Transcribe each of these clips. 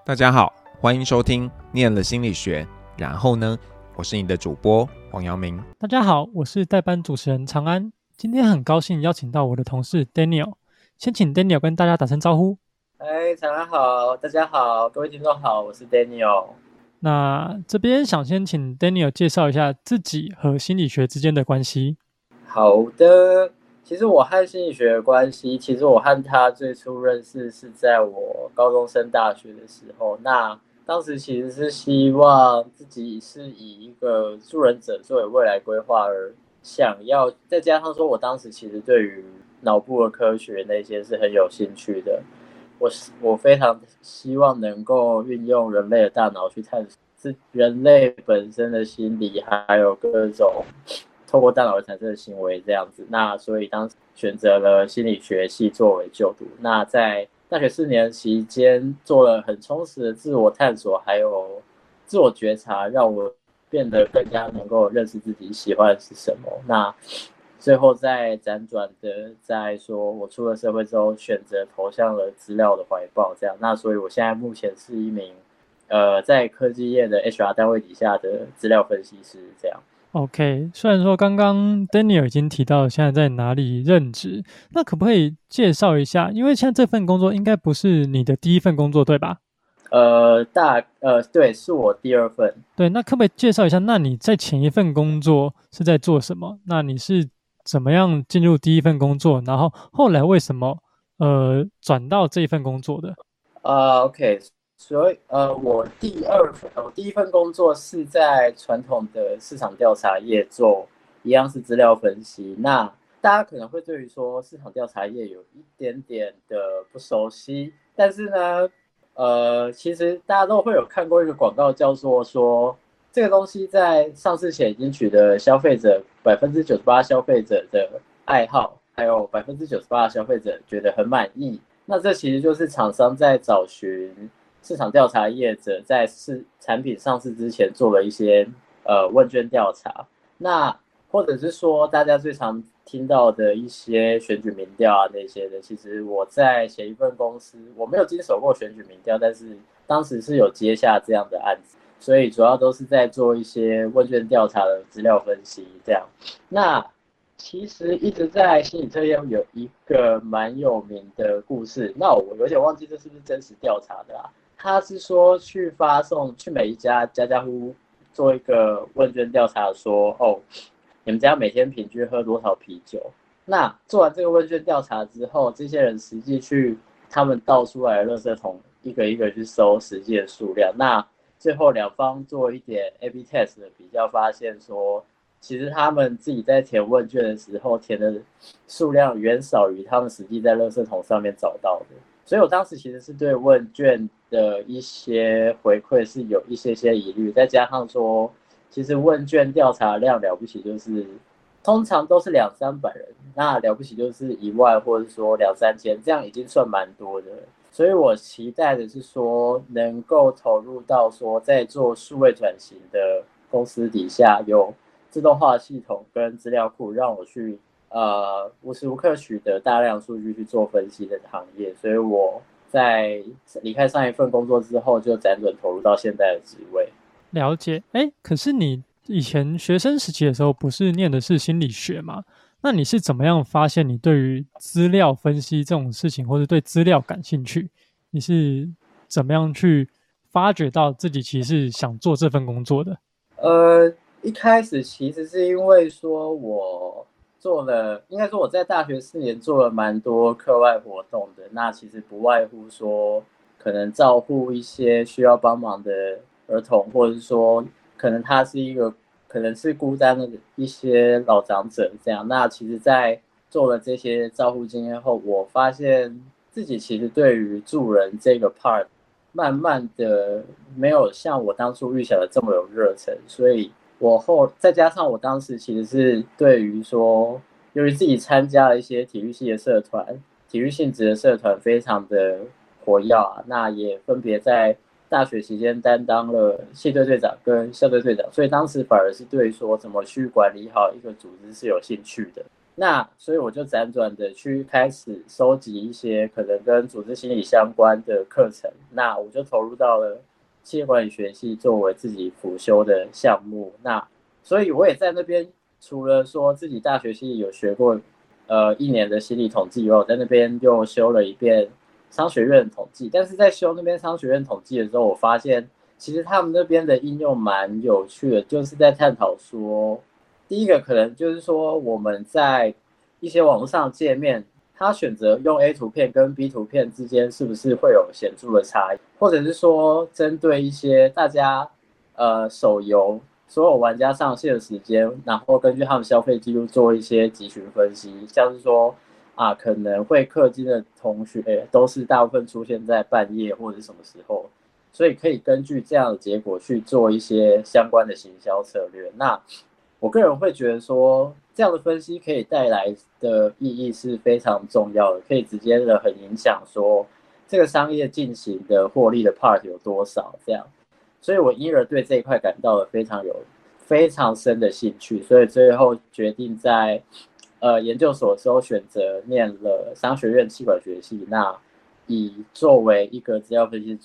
大家好，欢迎收听念了心理学。然后呢，我是你的主播黄阳明。 大家好，我是代班主持人长安。今天很高兴邀请到我的同事 Daniel， 先请 Daniel 跟大家打声招呼。 长安好，大家好，各位听众好，我是 Daniel。 那这边想先请 Daniel 介绍一下自己和心理学之间的关系。 好的，其实我和心理学的关系，其实我和他最初认识是在我高中升大学的时候。那当时其实是希望自己是以一个助人者作为未来规划而想要，再加上说我当时其实对于脑部的科学那些是很有兴趣的。我非常希望能够运用人类的大脑去探索是人类本身的心理，还有各种透过大脑而产生的行为这样子。那所以当时选择了心理学系作为就读。那在大学4年期间做了很充实的自我探索，还有自我觉察，让我变得更加能够认识自己喜欢的是什么。那最后再辗转的在说，我出了社会之后，选择投向了资料的怀抱，这样。那所以我现在目前是一名在科技业的 HR 单位底下的资料分析师，这样。 OK， 虽然说刚刚 Daniel 已经提到现在在哪里任职，那可不可以介绍一下？因为现在这份工作应该不是你的第一份工作，对吧？ 对，是我第2份。 对，那可不可以介绍一下？那你在前一份工作是在做什么？那你是怎么样进入第一份工作？然后后来为什么转到这一份工作的 ？OK， 所以我第一份工作是在传统的市场调查业做，一样是资料分析。那大家可能会对于说市场调查业有一点点的不熟悉，但是呢，其实大家都会有看过一个广告，叫做说这个东西在上市前已经取得消费者98%消费者的爱好，还有98%的消费者觉得很满意。那这其实就是厂商在找寻市场调查业者在产品上市之前做了一些问卷调查。那或者是说大家最常听到的一些选举民调啊那些的，其实我在前一份公司我没有经手过选举民调，但是当时是有接下这样的案子，所以主要都是在做一些问卷调查的资料分析这样。那其实一直在心理测验有一个蛮有名的故事，那我有点忘记这是不是真实调查的啦。他是说去每一家家户做一个问卷调查，说你们家每天平均喝多少啤酒？那做完这个问卷调查之后，这些人实际去他们倒出来的垃圾桶一个一个去收实际的数量。那最后两方做一点 A/B test 的比较，发现说其实他们自己在填问卷的时候填的数量远少于他们实际在垃圾桶上面找到的。所以我当时其实是对问卷的一些回馈是有一些疑虑，再加上说其实问卷调查量了不起就是通常都是200-300人，那了不起就是10000或者说2-3千，这样已经算蛮多的。所以我期待的是说能够投入到说在做数位转型的公司底下有自动化系统跟资料库，让我去无时无刻取得大量数据去做分析的行业。所以我在离开上一份工作之后，就辗转投入到现在的职位。 了解。可是你以前学生时期的时候不是念的是心理学吗？那你是怎么样发现你对于资料分析这种事情或者对资料感兴趣？你是怎么样去发觉到自己其实是想做这份工作的？ 一开始其实是因为说应该说我在大学4年做了蛮多课外活动的，那其实不外乎说可能照顾一些需要帮忙的儿童，或者是说可能他是可能是孤单的一些老长者这样。那其实在做了这些照护经验后，我发现自己其实对于助人这个 part 慢慢的没有像我当初预想的这么有热忱，所以再加上我当时其实是对于说，由于自己参加了一些体育系的社团，体育性质的社团非常的活跃啊，那也分别在大学期间担当了系队队长跟校队队长，所以当时反而是对说怎么去管理好一个组织是有兴趣的。 那所以我就辗转的去开始收集一些可能跟组织心理相关的课程，那我就投入到了企业管理学系作为自己辅修的项目。那所以我也在那边，除了说自己大学系有学过1年的心理统计以外，我在那边又修了一遍商学院统计。但是在修那边商学院统计的时候，我发现其实他们那边的应用蛮有趣的，就是在探讨说，第一个可能就是说我们在一些网络上的界面，它选择用 A 图片跟 B 图片之间是不是会有显著的差异，或者是说针对一些大家手游所有玩家上线的时间，然后根据他们消费记录做一些集群分析，像是说可能会氪金的同学都是大部分出现在半夜或者是什么时候，所以可以根据这样的结果去做一些相关的行销策略。那我个人会觉得说，这样的分析可以带来的意义是非常重要的，可以直接的很影响说这个商业进行的获利的 part 有多少这样。所以我因而对这一块感到了非常深的兴趣，所以最后决定在研究所的时候选择念了商学院企管学系，那以作为一个资料分析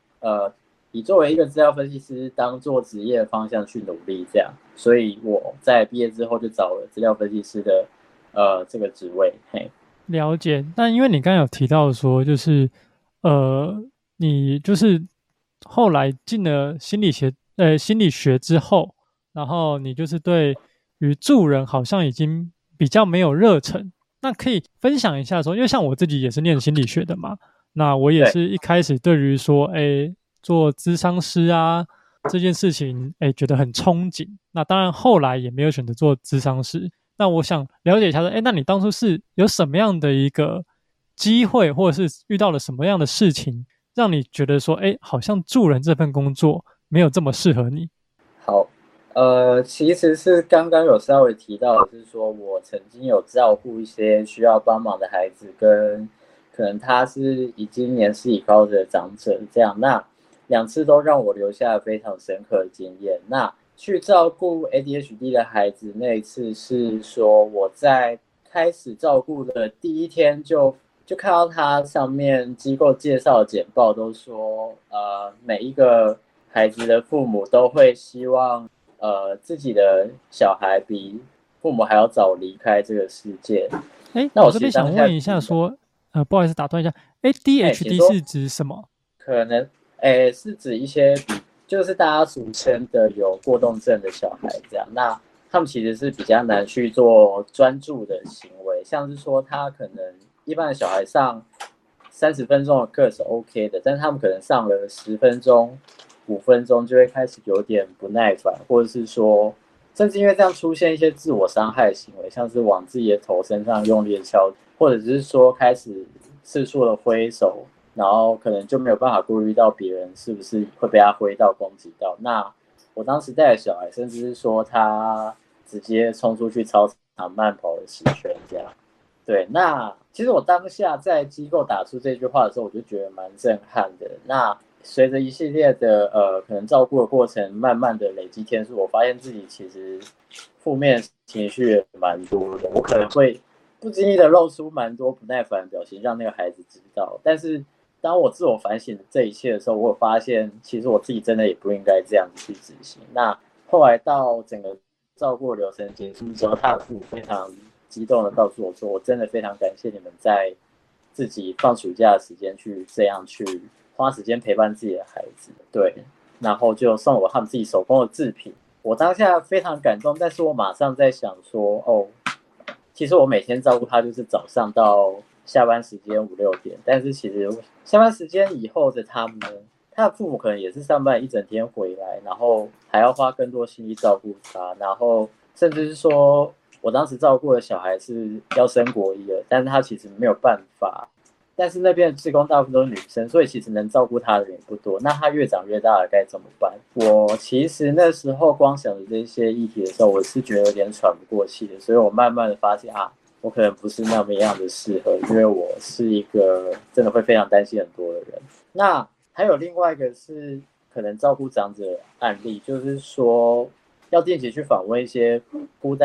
师当做职业方向去努力这样，所以我在毕业之后就找了资料分析师的这个职位。嘿， 了解。但因为你刚刚有提到说，就是呃，你就是后来进了心理学之后，然后你就是对于助人好像已经比较没有热忱。那可以分享一下说，因为像我自己也是念心理学的嘛，那我也对， 是一开始对于说，做咨商师啊这件事情，觉得很憧憬。那当然后来也没有选择做咨商师。那我想了解一下说，那你当初是有什么样的一个机会，或者是遇到了什么样的事情，让你觉得说，好像助人这份工作没有这么适合你？ 好，其实是刚刚有稍微提到的是说，我曾经有照顾一些需要帮忙的孩子，跟可能他是已经年事已高的长者这样，那2次都让我留下了非常深刻的经验。那去照顾 ADHD 的孩子那一次是说，我在开始照顾的第一天就看到他上面机构介绍的简报都说，每一个孩子的父母都会希望，自己的小孩比父母还要早离开这个世界。那我这边我其实当下想问一下说，不好意思打断一下请 ，ADHD 说， 是指什么？ 可能，是指一些就是大家俗称的有过动症的小孩这样。那他们其实是比较难去做专注的行为，像是说他可能一般的小孩上30分钟的课是 OK 的，但是他们可能上了10分钟、5分钟就会开始有点不耐烦，或者是说，甚至因为这样出现一些自我伤害行为，像是往自己的头身上用力的敲，或者是说开始四处的挥手，然后可能就没有办法顾虑到别人是不是会被他挥到攻击到。那我当时带的小孩，甚至是说他直接冲出去操场慢跑了10圈这样。对，那其实我当下在机构打出这句话的时候，我就觉得蛮震撼的。那随着一系列的可能照顾的过程，慢慢的累积天数，我发现自己其实负面情绪也蛮多的。我可能会不经意的露出蛮多不耐烦的表情，让那个孩子知道。但是当我自我反省这一切的时候，我有发现其实我自己真的也不应该这样子去执行。那后来到整个照顾流程结束之后，他的父母非常激动的告诉我说：“我真的非常感谢你们在自己放暑假的时间去这样去花时间陪伴自己的孩子。”对，然后就送我他们自己手工的制品。我当下非常感动，但是我马上在想说：“哦，其实我每天照顾他就是早上到下班时间5、6点，但是其实下班时间以后的他们，他的父母可能也是上班一整天回来，然后还要花更多心力照顾他，然后甚至是说我当时照顾的小孩是要升国一了，但是他其实没有办法。但是那边的志工大部分都是女生，所以其实能照顾她的人也不多。那她越长越大了，该怎么办？我其实那时候光想着这些议题的时候，我是觉得有点喘不过气的。所以我慢慢的发现我可能不是那么样的适合，因为我是一个真的会非常担心很多的人。那还有另外一个是可能照顾长者案例，就是说要定期去访问一些孤单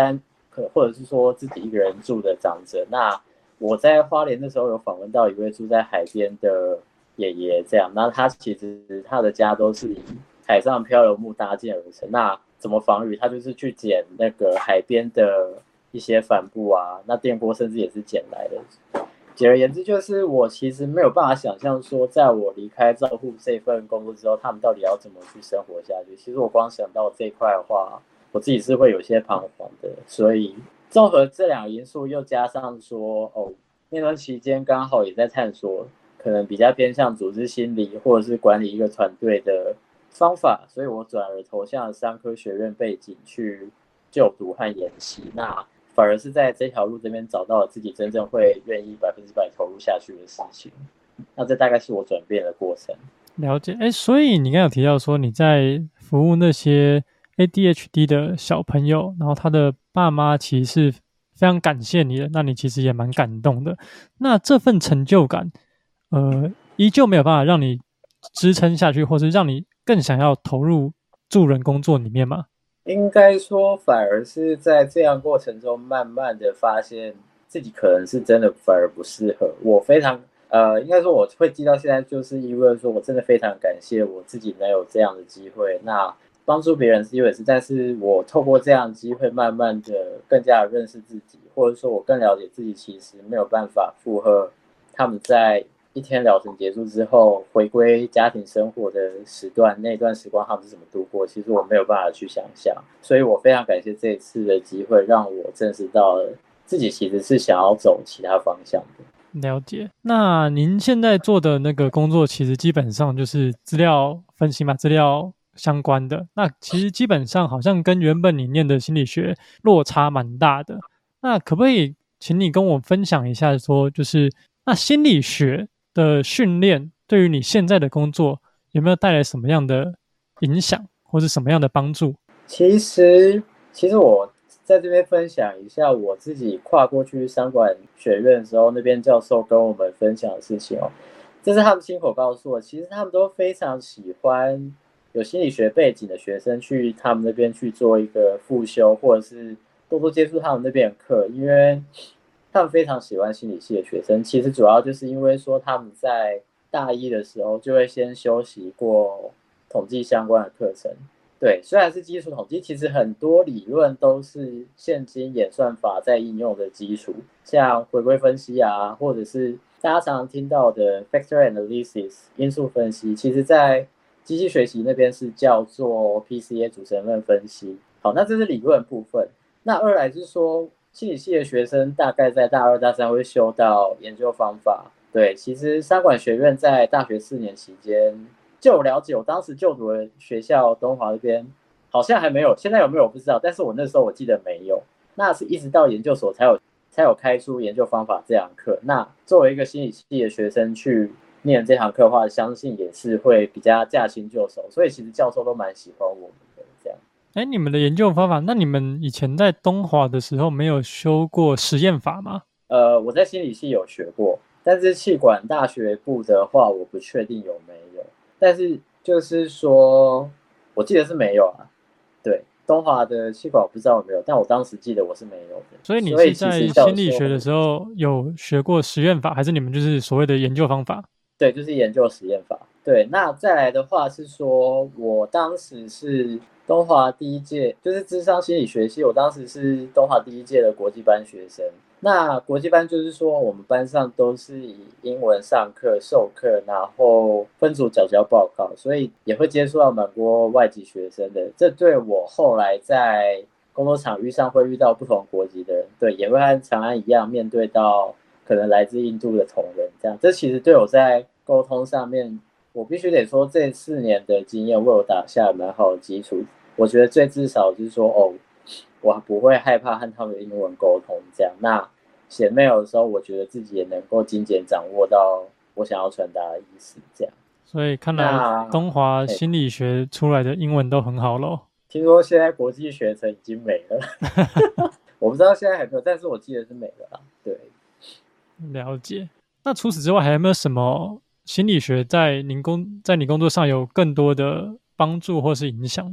或者是说自己一个人住的长者。那我在花莲的时候有访问到一位住在海边的爷爷，这样，那他其实他的家都是以海上漂流木搭建而成。那怎么防雨？他就是去捡那个海边的一些帆布啊，那电锅甚至也是捡来的。简而言之，就是我其实没有办法想象说，在我离开照护这份工作之后，他们到底要怎么去生活下去。其实我光想到这一块的话，我自己是会有些彷徨的。所以综合这两个因素，又加上说，那段期间刚好也在探索，可能比较偏向组织心理或者是管理一个团队的方法，所以我转而投向了商科学院背景去就读和研习。那反而是在这条路这边找到了自己真正会愿意100%投入下去的事情。那这大概是我转变的过程。 了解。所以你刚刚有提到说你在服务那些 ADHD 的小朋友，然后他的爸妈其实是非常感谢你的，那你其实也蛮感动的。那这份成就感，依旧没有办法让你支撑下去，或是让你更想要投入助人工作里面吗？ 应该说，反而是在这样过程中，慢慢的发现自己可能是真的反而不适合。我非常应该说我会记到现在，就是因为说我真的非常感谢我自己能有这样的机会。那帮助别人是一回事，但是我透过这样的机会，慢慢的更加认识自己，或者说我更了解自己，其实没有办法负荷他们在一天疗程结束之后回归家庭生活的时段，那段时光他们是怎么度过，其实我没有办法去想象。所以我非常感谢这一次的机会，让我正视到了自己其实是想要走其他方向的。 了解。那您现在做的那个工作，其实基本上就是资料分析嘛，资料相关的。那其实基本上好像跟原本你念的心理学落差蛮大的。那可不可以请你跟我分享一下说，就是那心理学的训练对于你现在的工作有没有带来什么样的影响，或是什么样的帮助？ 其实我在这边分享一下我自己跨过去商管学院的时候，那边教授跟我们分享的事情哦。这是他们亲口告诉我，其实他们都非常喜欢有心理学背景的学生去他们那边去做一个复修，或者是多多接触他们那边的课，因为他们非常喜欢心理系的学生。其实主要就是因为说他们在大一的时候就会先修习过统计相关的课程。对，虽然是基础统计，其实很多理论都是现今演算法在应用的基础，像回归分析啊，或者是大家常常听到的 factor analysis 因素分析，其实在机器学习那边是叫做 PCA 组成分分析。好，那这是理论部分。那二来是说，心理系的学生大概在大二、大三会修到研究方法。对，其实商管学院在大学4年期间，就我了解，我当时就读的学校东华那边好像还没有，现在有没有我不知道，但是我那时候我记得没有。那是一直到研究所才有开出研究方法这堂课。那作为一个心理系的学生去念这堂课的话，相信也是会比较驾轻就熟，所以其实教授都蛮喜欢我们的这样。 你们的研究方法，那你们以前在东华的时候没有修过实验法吗？ 我在心理系有学过，但是企管大学部的话，我不确定有没有。但是就是说，我记得是没有啊。对，东华的企管我不知道有没有，但我当时记得我是没有的。 所以你是在心理学的时候有学过实验法，还是你们就是所谓的研究方法？ 对，就是研究实验法。对，那再来的话是说，我当时是东华第一届，就是諮商心理学系，我当时是东华第一届的国际班学生。那国际班就是说，我们班上都是以英文上课、授课，然后分组缴交报告，所以也会接触到蛮多外籍学生的。这对我后来在工作场域上会遇到不同国籍的人，对，也会和长安一样面对到可能来自印度的同仁，这样，这其实对我在沟通上面，我必须得说，这4年的经验为我打下蛮好的基础。我觉得最至少就是说，我不会害怕和他们英文沟通这样。那写 mail 的时候，我觉得自己也能够精简掌握到我想要传达的意思这样。 所以看来东华心理学出来的英文都很好咯。 听说现在国际学程已经没了，我不知道现在还没有，但是我记得是没了啦。对， 了解。那除此之外，还有没有什么心理学在你工作上有更多的帮助或是影响呢？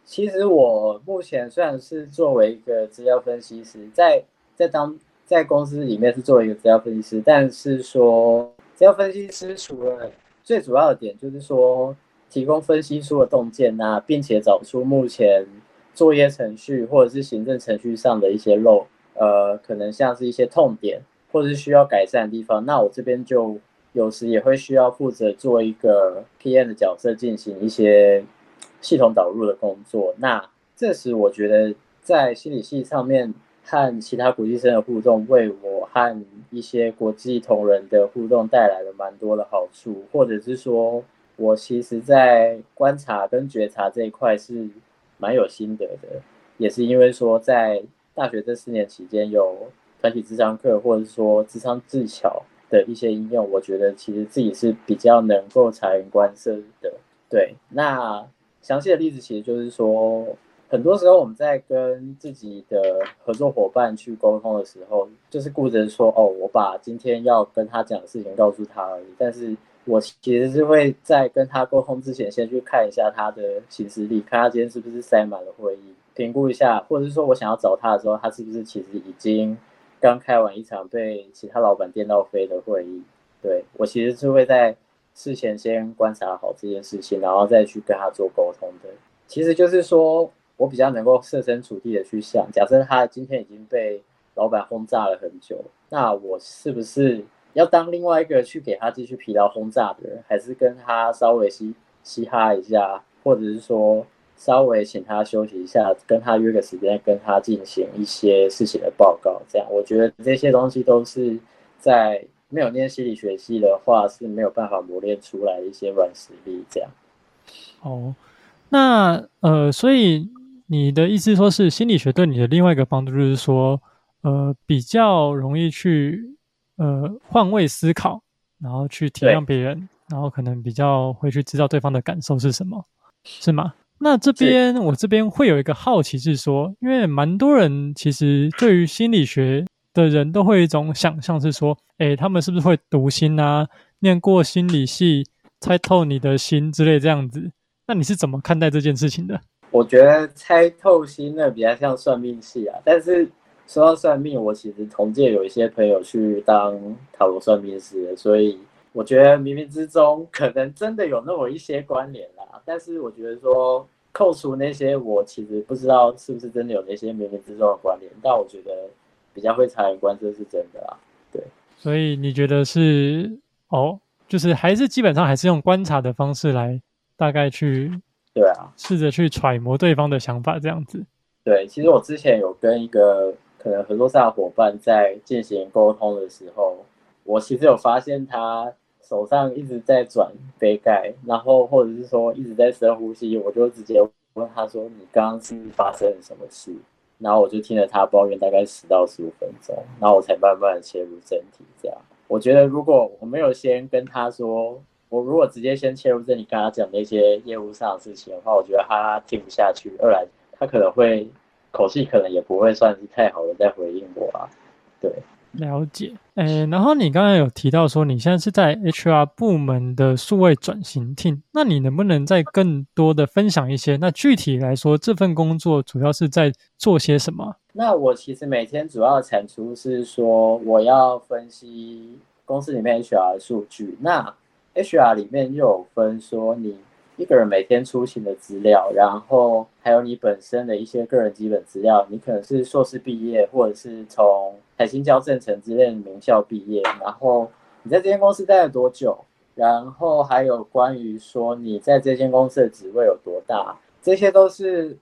其实我目前虽然是作为一个资料分析师，在公司里面是作为一个资料分析师，但是说资料分析师除了最主要的点就是说提供分析书的洞见啊，并且找出目前作业程序或者是行政程序上的一些可能像是一些痛点或者是需要改善的地方，那我这边就有时也会需要负责做一个 PM 的角色，进行一些系统导入的工作。那这时我觉得在心理系上面和其他国际生的互动，为我和一些国际同仁的互动带来了蛮多的好处，或者是说我其实在观察跟觉察这一块是蛮有心得的，也是因为说在大学这4年期间有团体諮商课，或者说諮商技巧的一些应用，我觉得其实自己是比较能够察言观色的。对，那详细的例子其实就是说，很多时候我们在跟自己的合作伙伴去沟通的时候，就是顾着说，哦，我把今天要跟他讲的事情告诉他而已，但是我其实是会在跟他沟通之前，先去看一下他的行事历，看他今天是不是塞满了会议，评估一下，或者是说我想要找他的时候，他是不是其实已经刚开完一场被其他老板电到飞的会议。对，我其实是会在事前先观察好这件事情，然后再去跟他做沟通的。其实就是说我比较能够设身处地的去想，假设他今天已经被老板轰炸了很久，那我是不是要当另外一个去给他继续疲劳轰炸的人，还是跟他稍微嘻哈一下，或者是说稍微请他休息一下，跟他约个时间，跟他进行一些事情的报告，这样我觉得这些东西都是在没有念心理学系的话是没有办法磨练出来的一些软实力，这样。 哦，那所以你的意思说是心理学对你的另外一个帮助，就是说，比较容易去换位思考，然后去体谅别人，然后可能比较会去知道对方的感受是什么，是吗？那我这边会有一个好奇是说，因为蛮多人其实对于心理学的人都会有一种想象是说，诶，他们是不是会读心啊，念过心理系，猜透你的心之类这样子？那你是怎么看待这件事情的？ 我觉得猜透心的比较像算命系啊，但是说到算命，我其实同届有一些朋友去当塔罗算命师，所以我觉得冥冥之中可能真的有那么一些关联啦。但是我觉得说扣除那些，我其实不知道是不是真的有那些冥冥之中的关联，但我觉得比较会察言观色是真的啦。对， 所以你觉得是就是还是基本上还是用观察的方式来大概去对啊， 试着去揣摩对方的想法，这样子。 对，其实我之前有跟一个可能合作上的伙伴在进行沟通的时候，我其实有发现他手上一直在转杯盖，然后或者是说一直在深呼吸，我就直接问他说：“你刚刚是发生了什么事？”然后我就听了他抱怨大概10到15分钟，然后我才慢慢的切入正题。这样，我觉得如果我没有先跟他说，我如果直接先切入正题跟他讲那些业务上的事情的话，我觉得他听不下去。二来他可能会口气可能也不会算是太好的在回应我啊。对， 了解。然后你刚才有提到说你现在是在 HR 部门的数位转型 team，那你能不能再更多的分享一些？那具体来说，这份工作主要是在做些什么？ 那我其实每天主要的产出是说，我要分析公司里面 HR 的数据。那 HR 里面又有分说你一个人每天出勤的资料，然后还有你本身的一些个人基本资料。你可能是硕士毕业，或者是从台清交正成之类的名校毕业，然后你在这间公司待了多久，然后还有关于说你在这间公司的职位有多大，这些都是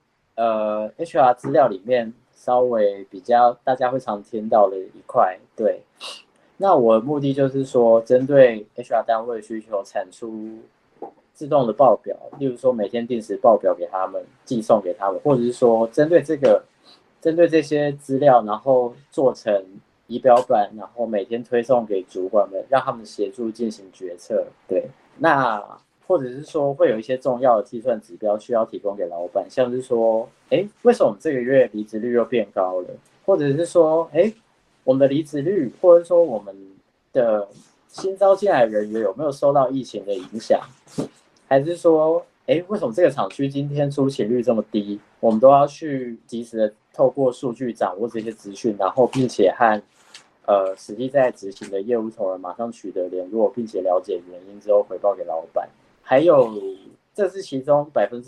HR 资料里面稍微比较大家会常听到的一块。对，那我的目的就是说，针对 HR 单位的需求，产出自动的报表，例如说每天定时报表给他们，寄送给他们，或者是说针对这些资料，然后做成仪表板，然后每天推送给主管们，让他们协助进行决策。对，那或者是说会有一些重要的计算指标需要提供给老板，像是说，为什么我们这个月离职率又变高了？或者是说，我们的离职率，或者说我们的新招进来的人员有没有受到疫情的影响？还是说为什么这个厂区今天出勤率这么低？我们都要去及时的透过数据掌握这些资讯，然后并且和实际在执行的业务同仁马上取得联络，并且了解原因之后回报给老板。还有，这是其中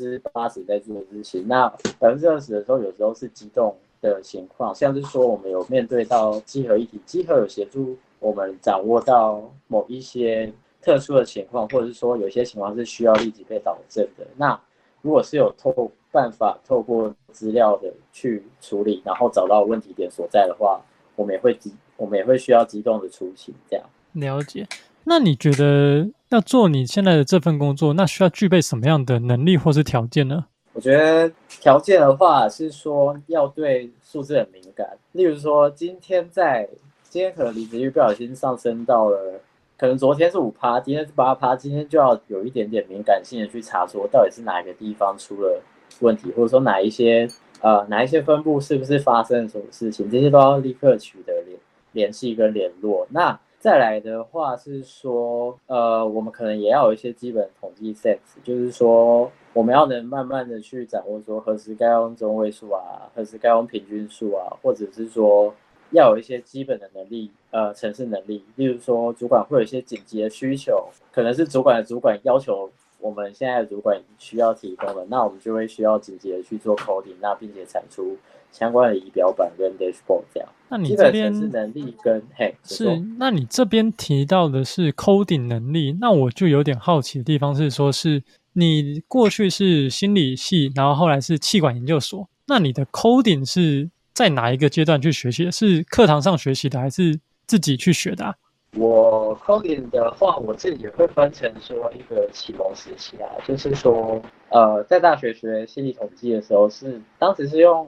80%在做的事情。那20%的时候，有时候是机动的情况，像是说我们有面对到稽核议题，稽核有协助我们掌握到某一些特殊的情况，或者是说有些情况是需要立即被导正的。那如果是有办法透过资料的去处理，然后找到问题点所在的话，我们也会需要机动的出勤，这样。 了解。那你觉得要做你现在的这份工作，那需要具备什么样的能力或是条件呢？ 我觉得条件的话是说要对数字很敏感，例如说今天可能离职率不小心上升到了，可能昨天是5%，今天是8%，今天就要有一点点敏感性的去查说到底是哪一个地方出了问题，或者说哪一些分布是不是发生了什么事情，这些都要立刻取得联系跟联络。那再来的话是说，我们可能也要有一些基本统计 sense， 就是说我们要能慢慢的去掌握说何时该用中位数啊，何时该用平均数啊，或者是说要有一些基本的能力，程式能力，例如说主管会有一些紧急的需求，可能是主管的主管要求我们现在的主管需要提供的，那我们就会需要紧急的去做 coding， 那并且产出相关的仪表板跟 dashboard 这样。 那你这边基本程式能力跟是，那你这边提到的是 coding 能力，那我就有点好奇的地方是说，是你过去是心理系，然后后来是企管研究所，那你的 coding 是在哪一个阶段去学习的？是课堂上学习的，还是自己去学的啊？ 我 coding 的话，我自己也会分成说一个启蒙时期啊，就是说，在大学学心理统计的时候当时是用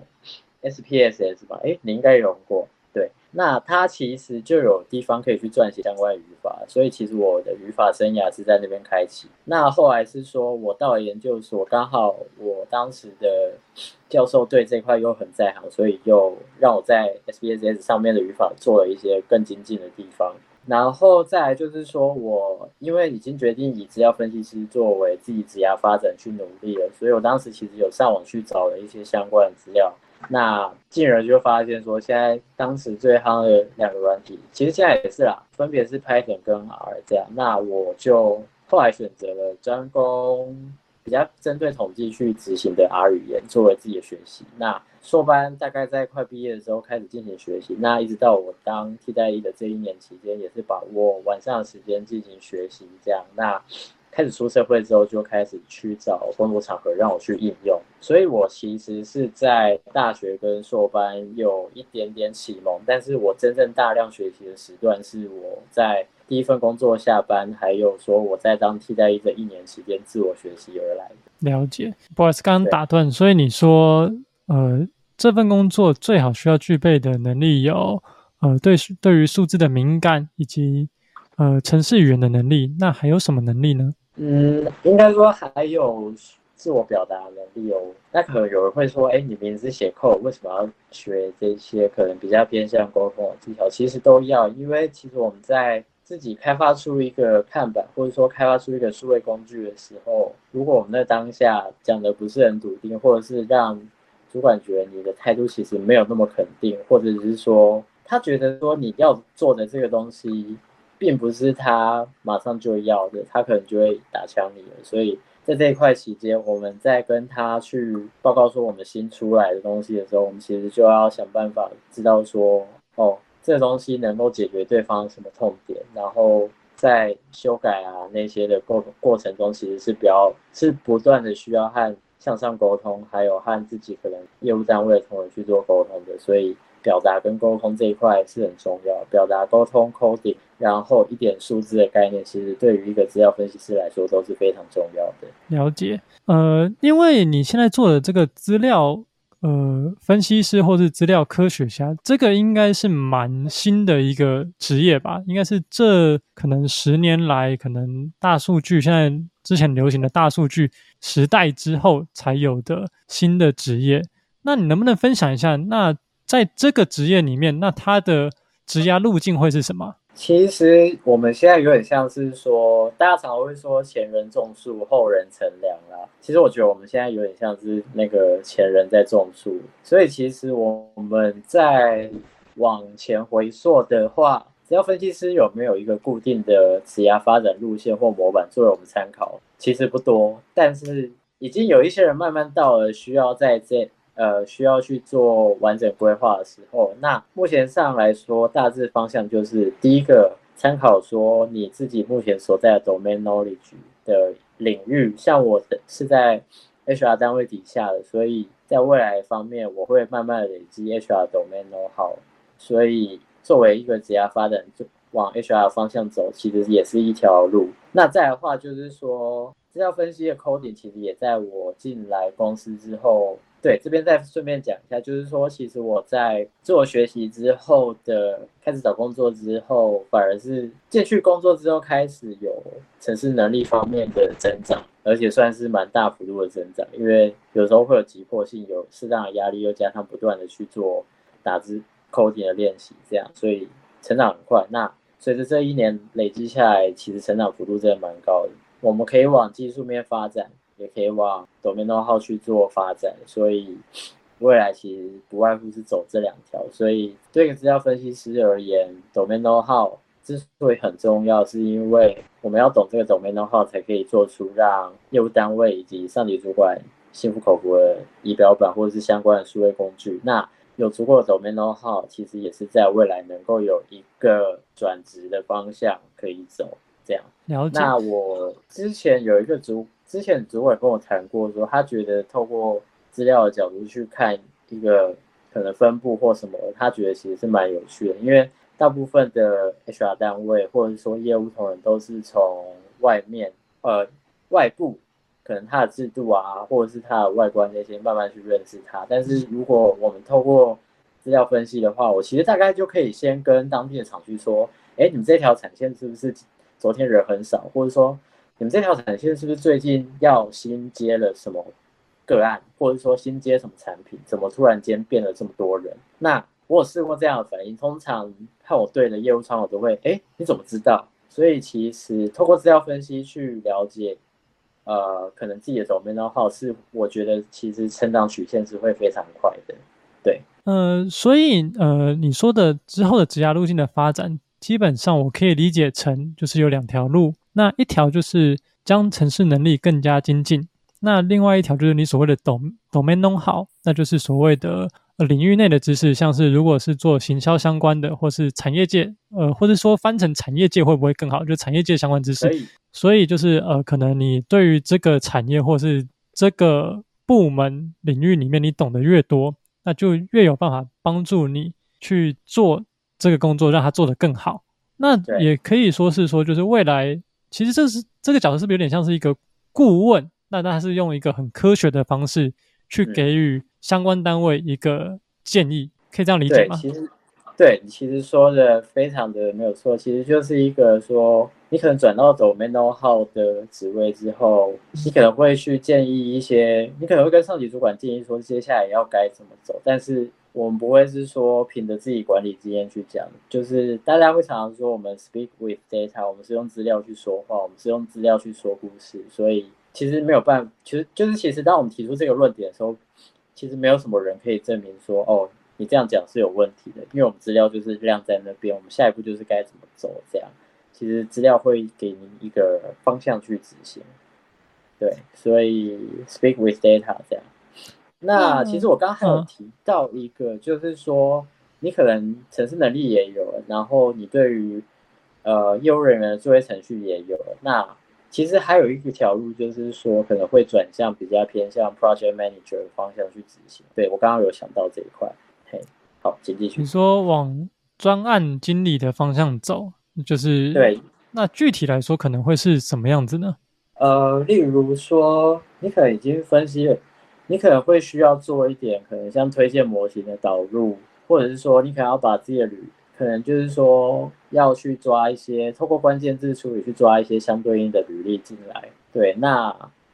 SPSS 吧，你应该也用过，对，那它其实就有地方可以去撰写相关的语法，所以其实我的语法生涯是在那边开启。那后来是说我到了研究所，刚好我当时的教授对这块又很在行，所以又让我在 SPSS 上面的语法做了一些更精进的地方。然后再来就是说，我因为已经决定以资料分析师作为自己职业发展去努力了，所以我当时其实有上网去找了一些相关的资料。那进而就发现说，现在当时最夯的2个软体，其实现在也是啦，分别是 Python 跟 R 这样。那我就后来选择了专攻比较针对统计去执行的 R 语言作为自己的学习。那硕班大概在快毕业的时候开始进行学习，那一直到我当替代役的这1年期间，也是把握晚上的时间进行学习这样。那开始出社会之后，就开始去找工作场合让我去应用，所以我其实是在大学跟硕班有一点点启蒙，但是我真正大量学习的时段是我在第一份工作下班，还有说我在当替代役的1年期间自我学习而来的。 了解，不好意思，刚刚打断，所以你说，这份工作最好需要具备的能力有，对于数字的敏感，以及程式语言的能力，那还有什么能力呢？ 应该说还有自我表达能力哦。那可能有人会说，你明明是写 code， 为什么要学这些可能比较偏向沟通的技巧？其实都要，因为其实我们在自己开发出一个看板，或者说开发出一个数位工具的时候，如果我们在当下讲的不是很笃定，或者是让主管觉得你的态度其实没有那么肯定，或者是说他觉得说你要做的这个东西并不是他马上就要的，他可能就会打枪你了。所以在这一块期间，我们在跟他去报告说我们新出来的东西的时候，我们其实就要想办法知道说，这个东西能够解决对方什么痛点，然后在修改啊那些的过程中，其实是不断的需要和向上沟通，还有和自己可能业务单位的同仁去做沟通的，所以表达跟沟通这一块是很重要的。表达、沟通、coding， 然后一点数字的概念，其实对于一个资料分析师来说都是非常重要的。 了解，因为你现在做的这个资料分析师或是资料科学家，这个应该是蛮新的一个职业吧？应该是这可能10年来，可能大数据现在之前流行的大数据时代之后才有的新的职业。那你能不能分享一下，那在这个职业里面，那它的职涯路径会是什么？ 其实我们现在有点像是说，大家常会说前人种树，后人乘凉啦。其实我觉得我们现在有点像是那个前人在种树，所以其实我们在往前回溯的话，只要分析师有没有一个固定的职涯发展路线或模板作为我们参考，其实不多，但是已经有一些人慢慢到了需要去做完整规划的时候，那目前上来说，大致方向就是第一个参考说你自己目前所在的 domain knowledge 的领域，像我的是在 HR 单位底下的，所以在未来方面我会慢慢累积 HR domain know-how，所以作为一个职业发展就往 HR 方向走，其实也是一条路。那再来的话就是说，资料分析的 coding 其实也在我进来公司之后。对，这边再顺便讲一下，就是说，其实我在自我学习之后的开始找工作之后，反而是进去工作之后开始有程式能力方面的增长，而且算是蛮大幅度的增长，因为有时候会有急迫性，有适当的压力，又加上不断的去做打字 coding 的练习，这样，所以成长很快。那随着这一年累积下来，其实成长幅度真的蛮高的。我们可以往技术面发展。也可以往 domain know-how 去做发展，所以未来其实不外乎是走这两条。所以对一个资料分析师而言 ，domain know-how 之所以很重要，是因为我们要懂这个 domain know-how 才可以做出让业务单位以及上级主管心服口服的仪表板或者是相关的数位工具。那有足够的 domain know-how， 其实也是在未来能够有一个转职的方向可以走。这样， 了解。 那我之前有一个主管跟我谈过说，他觉得透过资料的角度去看一个可能分布或什么，他觉得其实是蛮有趣的，因为大部分的 HR 单位或者说业务同仁都是从外部可能他的制度啊，或者是他的外观那些慢慢去认识他。但是如果我们透过资料分析的话，我其实大概就可以先跟当地的厂区说，哎，你们这条产线是不是昨天人很少，或者说你们这条产线是不是最近要新接了什么个案，或者说新接什么产品，怎么突然间变了这么多人？那我有试过这样的反应，通常看我对的业务窗口都会，哎，你怎么知道？所以其实透过资料分析去了解，可能自己的domain know-how是我觉得其实成长曲线是会非常快的，对。 所以你说的之后的职涯路径的发展，基本上我可以理解成就是有两条路，那一条就是将程式能力更加精进，那另外一条就是你所谓的domain know-how，那就是所谓的领域内的知识，像是如果是做行销相关的，或是产业界，或者说翻成产业界会不会更好？就产业界相关知识。所以就是可能你对于这个产业或是这个部门领域里面你懂得越多，那就越有办法帮助你去做这个工作，让它做得更好。那也可以说是说，就是未来其实这个角色是不是有点像是一个顾问？那他是用一个很科学的方式去给予相关单位一个建议，可以这样理解吗？ 对，你其实说的非常的没有错，其实就是一个说，你可能转到domain know-how的职位之后，你可能会去建议一些，你可能会跟上级主管建议说，接下来要该怎么走，但是我们不会是说凭着自己管理经验去讲，就是大家会常常说我们 speak with data， 我们是用资料去说话，我们是用资料去说故事，所以其实没有办法，其实当我们提出这个论点的时候，其实没有什么人可以证明说，哦，你这样讲是有问题的，因为我们资料就是晾在那边，我们下一步就是该怎么走这样。其实资料会给您一个方向去执行，对，所以 speak with data 这样。那其实我刚刚还有提到一个，就是说你可能程式能力也有了，然后你对于业务人员的作业程序也有了，那其实还有一条路，就是说可能会转向比较偏向 project manager 的方向去执行。对，我刚刚有想到这一块。嘿，好，请继续。 你说往专案经理的方向走，就是对。 那具体来说可能会是什么样子呢？ 例如说，你可能已经分析了，你可能会需要做一点，可能像推荐模型的导入，或者是说你可能要把自己的可能就是说要去抓一些，透过关键字处理去抓一些相对应的履历进来。对，那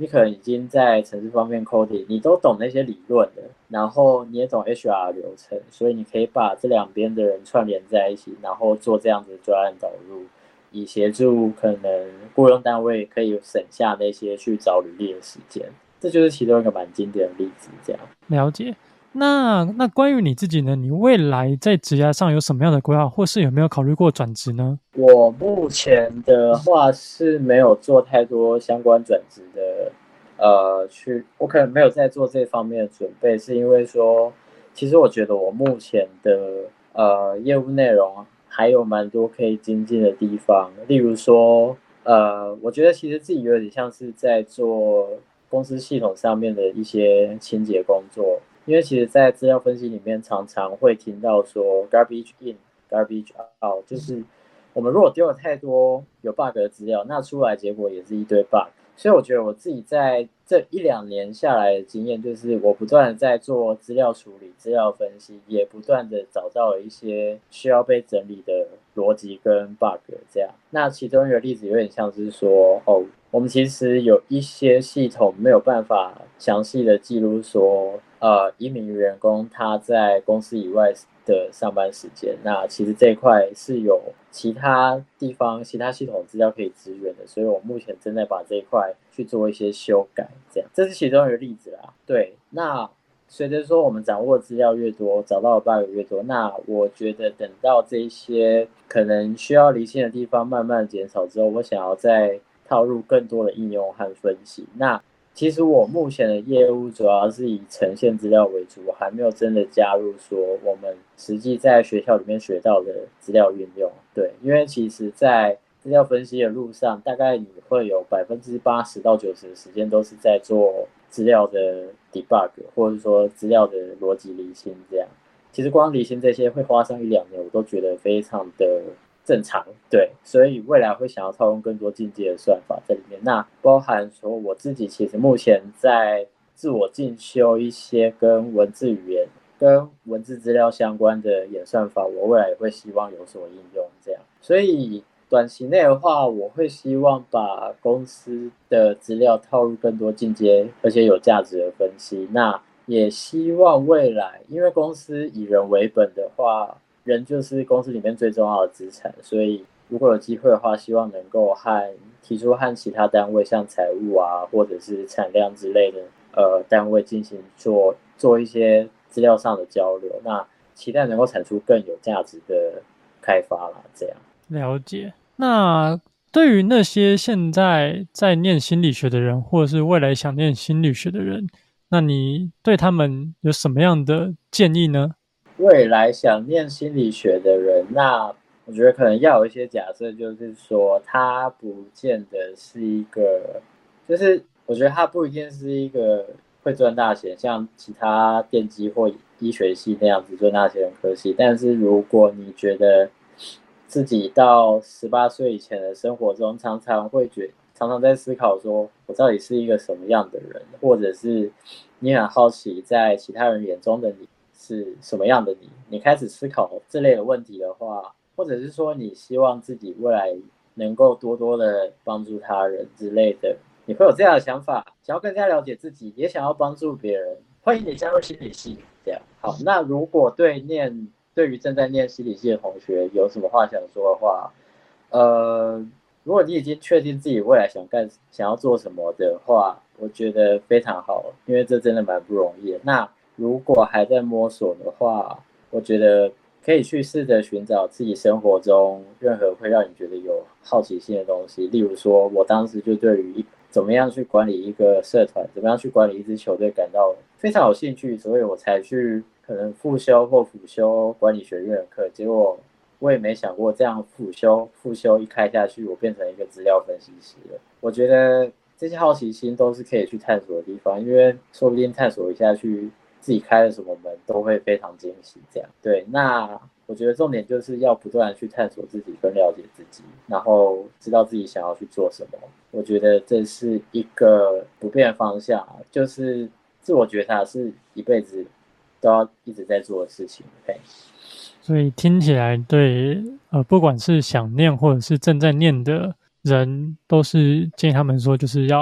你可能已经在程式方面 coding， 你都懂那些理论的，然后你也懂 HR 流程，所以你可以把这两边的人串联在一起，然后做这样子的专案导入，以协助可能雇用单位可以省下那些去找履历的时间。这就是其中一个蛮经典的例子。这样了解。那关于你自己呢？你未来在职涯上有什么样的规划，或是有没有考虑过转职呢？ 我目前的话是没有做太多相关转职的，我可能没有在做这方面的准备，是因为说，其实我觉得我目前的业务内容还有蛮多可以精进的地方，例如说，我觉得其实自己有点像是在做公司系统上面的一些清洁工作。因为其实，在资料分析里面，常常会听到说 garbage in、garbage out， 就是我们如果丢了太多有 bug 的资料，那出来结果也是一堆 bug。所以我觉得我自己在这1-2年下来的经验，就是我不断的在做资料处理、资料分析，也不断的找到了一些需要被整理的逻辑跟 bug 这样。那其中一个例子有点像是说，我们其实有一些系统没有办法详细的记录说，一名员工他在公司以外的上班时间，那其实这一块是有其他地方、其他系统资料可以支援的，所以我目前正在把这一块去做一些修改，这是其中一个例子啦。对，那随着说我们掌握的资料越多，找到的 bug 越多，那我觉得等到这些可能需要厘清的地方慢慢减少之后，我想要再套入更多的应用和分析。那其实我目前的业务主要是以呈现资料为主，我还没有真的加入说我们实际在学校里面学到的资料运用。对，因为其实在资料分析的路上，大概你会有80%到90%的时间都是在做资料的 debug， 或者说资料的逻辑厘清这样。其实光厘清这些会花上1-2年，我都觉得非常的正常。对，所以未来会想要套用更多进阶的算法在里面。那包含说我自己其实目前在自我进修一些跟文字语言、跟文字资料相关的演算法，我未来也会希望有所应用这样。所以短期内的话，我会希望把公司的资料套入更多进阶而且有价值的分析。那也希望未来，因为公司以人为本的话，人就是公司里面最重要的资产，所以如果有机会的话，希望能够提出和其他单位，像财务啊，或者是产量之类的单位进行做一些资料上的交流，那期待能够产出更有价值的开发啦，这样。 了解。那对于那些现在在念心理学的人，或者是未来想念心理学的人，那你对他们有什么样的建议呢？ 未来想念心理学的人，那我觉得可能要有一些假设，就是说他不见得是一个，就是我觉得他不一定是一个会赚大钱，像其他电机或医学系那样子赚大钱的科系。但是如果你觉得自己到18岁以前的生活中，常常在思考说，我到底是一个什么样的人，或者是你很好奇在其他人眼中的你是什么样的你开始思考这类的问题的话，或者是说你希望自己未来能够多多的帮助他人之类的，你会有这样的想法，想要更加了解自己，也想要帮助别人，欢迎你加入心理系。这样好，那如果对于正在念心理系的同学有什么话想说的话，如果你已经确定自己未来想要做什么的话，我觉得非常好，因为这真的蛮不容易的。那如果还在摸索的话，我觉得可以去试着寻找自己生活中任何会让你觉得有好奇心的东西。例如说，我当时就对于怎么样去管理一个社团，怎么样去管理一支球队感到非常有兴趣，所以我才去可能复修或辅修管理学院的课。结果我也没想过这样复修一开下去，我变成一个资料分析师了。我觉得这些好奇心都是可以去探索的地方，因为说不定探索一下去，自己开了什么门都会非常惊喜。这样对，那我觉得重点就是要不断的去探索自己跟了解自己，然后知道自己想要去做什么。我觉得这是一个不变的方向，就是自我觉察是一辈子都要一直在做的事情。 所以听起来对不管是想念或者是正在念的人，都是建议他们说，就是要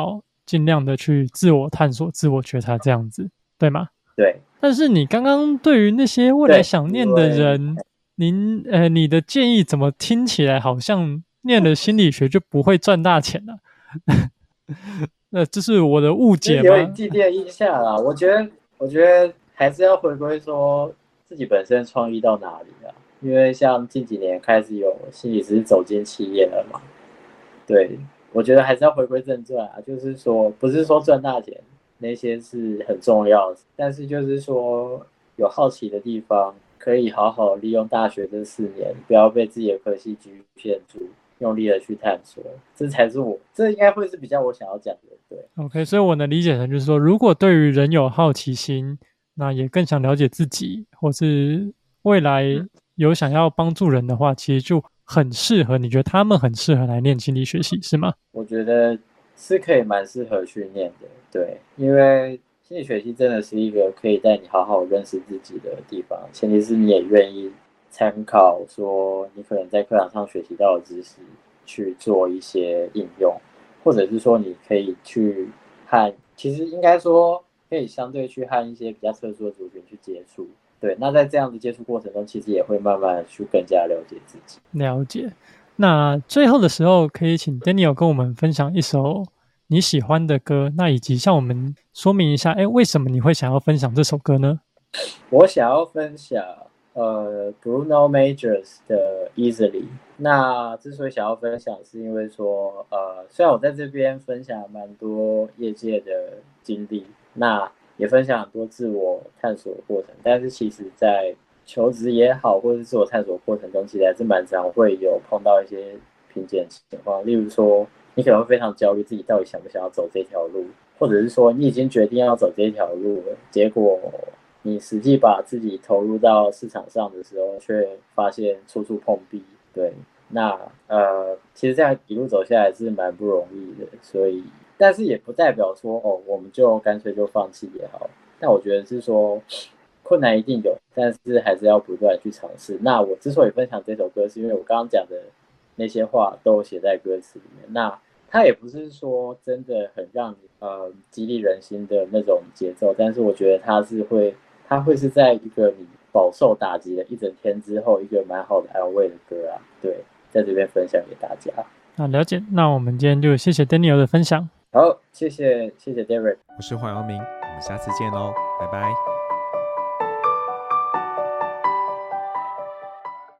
尽量的去自我探索、自我觉察这样子，对吗？ 对。 但是你刚刚对于那些未来想念的人，你的建议怎么听起来好像念了心理学就不会赚大钱呢？这是我的误解吗？ 有点既定印象啦。我觉得还是要回归说自己本身创意到哪里啊。因为像近几年开始有心理师走进企业了嘛，对，我觉得还是要回归正传啊，就是说不是说赚大钱那些是很重要的，但是就是说有好奇的地方可以好好利用大学这4年，不要被自己的科系局限住，用力的去探索，这才是这应该会是比较我想要讲的。对 OK， 所以我能理解成就是说，如果对于人有好奇心，那也更想了解自己，或是未来有想要帮助人的话，其实就很适合，你觉得他们很适合来念心理学系是吗？ 我觉得是可以蛮适合去念的，对，因为心理学系真的是一个可以带你好好认识自己的地方，前提是你也愿意参考说你可能在课堂上学习到的知识去做一些应用，或者是说你可以去其实应该说可以相对去和一些比较特殊的族群去接触，对，那在这样的接触过程中，其实也会慢慢去更加了解自己。 了解。那最后的时候，可以请 Daniel 跟我们分享一首你喜欢的歌，那以及向我们说明一下，为什么你会想要分享这首歌呢？ 我想要分享Bruno Majors 的 Easily。那之所以想要分享，是因为说虽然我在这边分享蛮多业界的经历，那也分享很多自我探索的过程，但是其实在求职也好，或是自我探索过程中，其实还是蛮常会有碰到一些瓶颈情况。例如说，你可能会非常焦虑，自己到底想不想要走这条路，或者是说你已经决定要走这条路了，结果你实际把自己投入到市场上的时候，却发现处处碰壁。对，那其实这样一路走下来是蛮不容易的，所以但是也不代表说我们就干脆就放弃也好。但我觉得是说，困难一定有，但是还是要不断去尝试。那我之所以分享这首歌，是因为我刚刚讲的那些话都写在歌词里面。那它也不是说真的很让你激励人心的那种节奏，但是我觉得它会是在一个你饱受打击的一整天之后，一个蛮好的安慰的歌啊。对，在这边分享给大家。 了解。那我们今天就谢谢 Daniel 的分享。 好，谢谢 Derek。 我是黄阳明，我们下次见喽，拜拜。